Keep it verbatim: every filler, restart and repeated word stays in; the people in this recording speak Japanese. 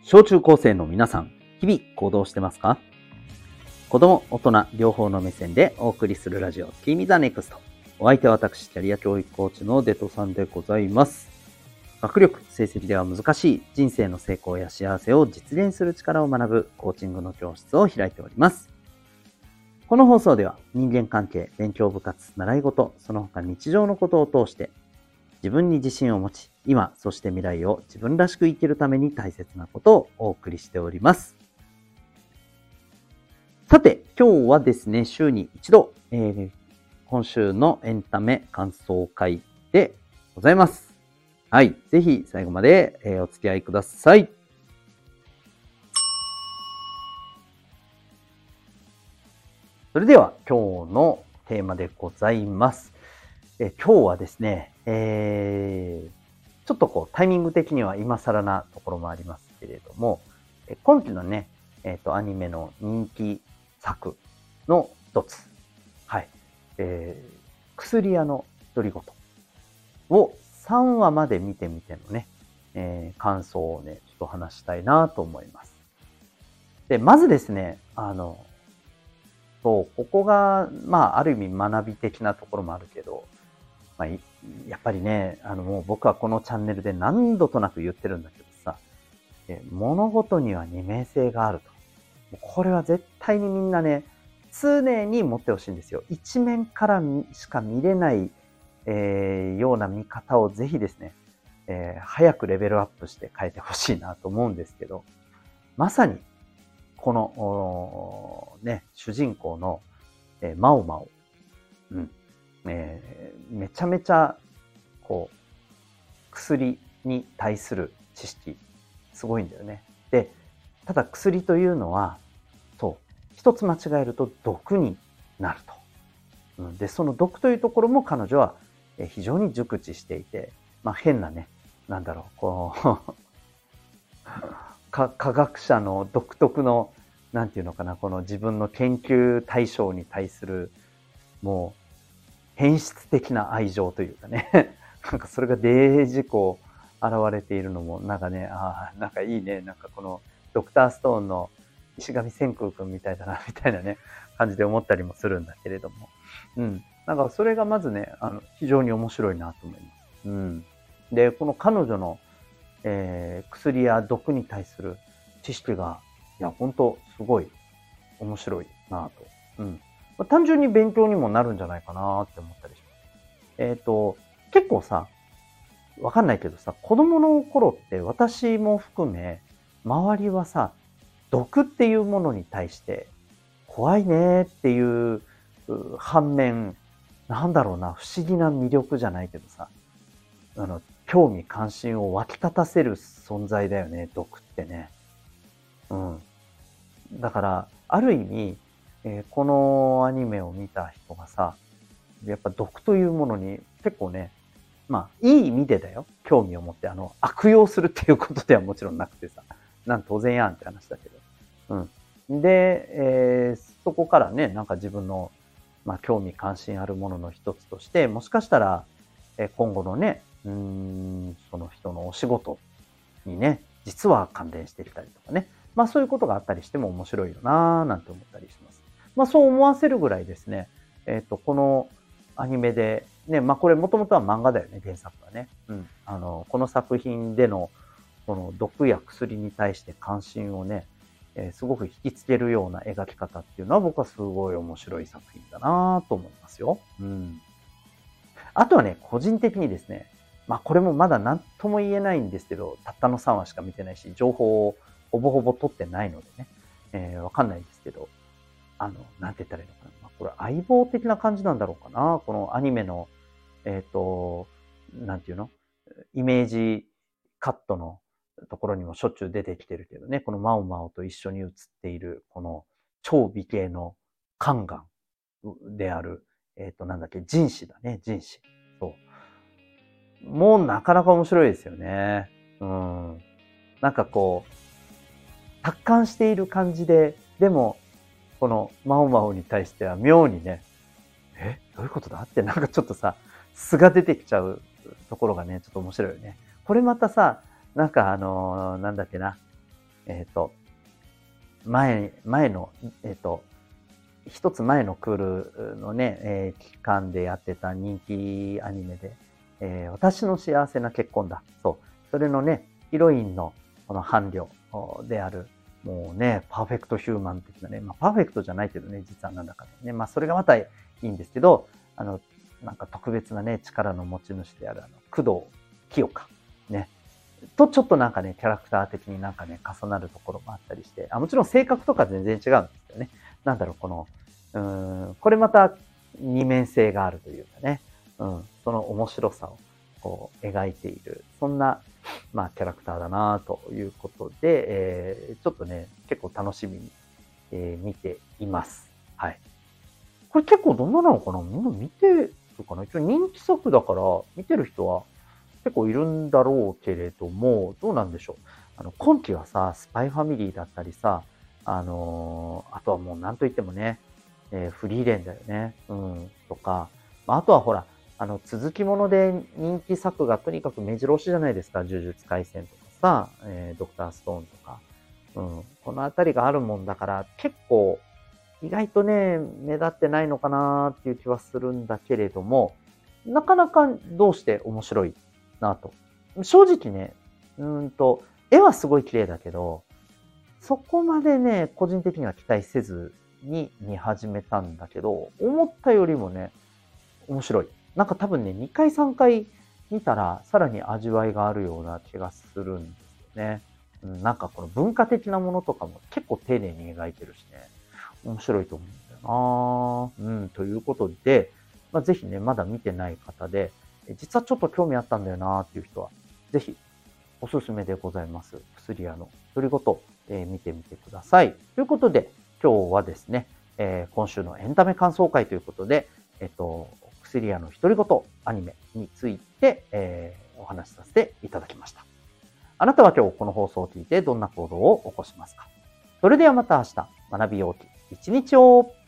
小中高生の皆さん、日々行動してますか？子供、大人、両方の目線でお送りするラジオ、Team the Next。お相手は私、キャリア教育コーチのデトさんでございます。学力、成績では難しい人生の成功や幸せを実現する力を学ぶコーチングの教室を開いております。この放送では人間関係、勉強部活、習い事、その他日常のことを通して自分に自信を持ち、今、そして未来を自分らしく生きるために大切なことをお送りしております。さて、今日はですね、週に一度、えー、今週のエンタメ感想会でございます。はい。ぜひ最後まで、えー、お付き合いください。それでは今日のテーマでございます。え今日はですね、えー、ちょっとこうタイミング的には今更なところもありますけれども、え今期のね、えっと、アニメの人気作の一つ、はい、えー、薬屋の独り言をさんわまで見てみてのね、えー、感想をね、ちょっと話したいなと思います。で、まずですね、あの、そう、ここが、まあ、ある意味学び的なところもあるけど、まあ、やっぱりね、あの、もう僕はこのチャンネルで何度となく言ってるんだけどさ、え物事には二面性があると。これは絶対にみんなね、常に持ってほしいんですよ。一面からしか見れない、えー、ような見方をぜひですね、えー、早くレベルアップして変えてほしいなと思うんですけど、まさに、この、ね、主人公の、えー、マオマオ。うん。えー、めちゃめちゃ、こう、薬に対する知識、すごいんだよね。で、ただ薬というのは、そう、一つ間違えると毒になると。うん、で、その毒というところも彼女は非常に熟知していて、まあ変なね、なんだろう、こう科学者の独特の、なんていうのかな、この自分の研究対象に対する、もう、変質的な愛情というかね、なんかそれがデージこう、現れているのも、なんかね、ああ、なんかいいね、なんかこの、ドクターストーンの石上千空くんみたいだな、みたいなね、感じで思ったりもするんだけれども。うん。なんかそれがまずね、あの、非常に面白いなと思います。うん。で、この彼女の、えー、薬や毒に対する知識が、いや、本当すごい面白いなと。うん。まあ、単純に勉強にもなるんじゃないかなって思ったりします。えっと、結構さ、わかんないけどさ、子供の頃って私も含め、周りはさ、毒っていうものに対して怖いねっていう反面、なんだろうな、不思議な魅力じゃないけどさ、あの、興味関心を湧き立たせる存在だよね、毒ってね。うん。だから、ある意味、えー、このアニメを見た人がさ、やっぱ毒というものに結構ね、まあ、いい意味でだよ。興味を持って、あの、悪用するっていうことではもちろんなくてさ、なん当然やんって話だけど。うん。で、えー、そこからね、なんか自分の、まあ、興味関心あるものの一つとして、もしかしたら、えー、今後のね、うーん、その人のお仕事にね、実は関連してきたりとかね。まあそういうことがあったりしても面白いよなぁなんて思ったりします。まあそう思わせるぐらいですね、えっと、このアニメで、ね、まあこれもともとは漫画だよね、原作はね。うん。あの、この作品での、この毒や薬に対して関心をね、えー、すごく引きつけるような描き方っていうのは僕はすごい面白い作品だなぁと思いますよ。うん。あとはね、個人的にですね、まあこれもまだ何とも言えないんですけど、たったのさんわしか見てないし、情報をほぼほぼ取ってないのでね、えー、わかんないんですけど、あの、なんて言ったらいいのかな。まあ、これ相棒的な感じなんだろうかな。このアニメの、えっと、なんていうのイメージカットのところにもしょっちゅう出てきてるけどね、このマオマオと一緒に写っている、この超美形のカンガンである、えっと、なんだっけ、ジンシだね、ジンシ。そう。もうなかなか面白いですよね。うん。なんかこう、達観している感じで、でも、このマオマオに対しては妙にね、えどういうことだってなんかちょっとさ、素が出てきちゃうところがね、ちょっと面白いよね。これまたさ、なんかあのー、なんだっけな、 えっと、前、前の、えっと、一つ前のクールのね、えー期間でやってた人気アニメで、えー私の幸せな結婚だ。そう。それのね、ヒロインのこの伴侶おである、もうね、パーフェクトヒューマン的なね、まあパーフェクトじゃないけどね、実はなんだかね。まあそれがまたいいんですけど、あの、なんか特別なね、力の持ち主である、あの、工藤清香。ね。と、ちょっとなんかね、キャラクター的になんかね、重なるところもあったりして、あ、もちろん性格とか全然違うんですけどね。なんだろう、この、うーん、これまた二面性があるというかね、うん、その面白さをこう描いている、そんな、まあ、キャラクターだなということで、えー、ちょっとね、結構楽しみに、えー見ています。はい。これ結構どんななのかな、みんな見てるかな、一応人気作だから、見てる人は結構いるんだろうけれども、どうなんでしょう。あの、今期はさ、スパイファミリーだったりさ、あのーあとはもう何と言ってもね、えーフリーレンだよね。うん、とか、まああとはほら、あの、続きもので人気作がとにかく目白押しじゃないですか。呪術廻戦とかさ、えードクターストーンとか。うん、このあたりがあるもんだから、結構、意外とね、目立ってないのかなっていう気はするんだけれども、なかなかどうして面白いなと。正直ね、うーんと、絵はすごい綺麗だけど、そこまでね、個人的には期待せずに見始めたんだけど、思ったよりもね、面白い。なんか多分ね、にかいさんかい見たら、さらに味わいがあるような気がするんですよね。うん、なんかこの文化的なものとかも結構丁寧に描いてるしね、面白いと思うんだよな。うん、ということで、まあ、ぜひね、まだ見てない方で、え実はちょっと興味あったんだよなっていう人は、ぜひおすすめでございます。薬屋の独り言、えー見てみてください。ということで、今日はですね、えー今週のエンタメ感想会ということで、えっと、薬屋の独り言アニメについて、えーお話しさせていただきました。あなたは今日この放送を聞いてどんな行動を起こしますか？それではまた明日、学びようき一日を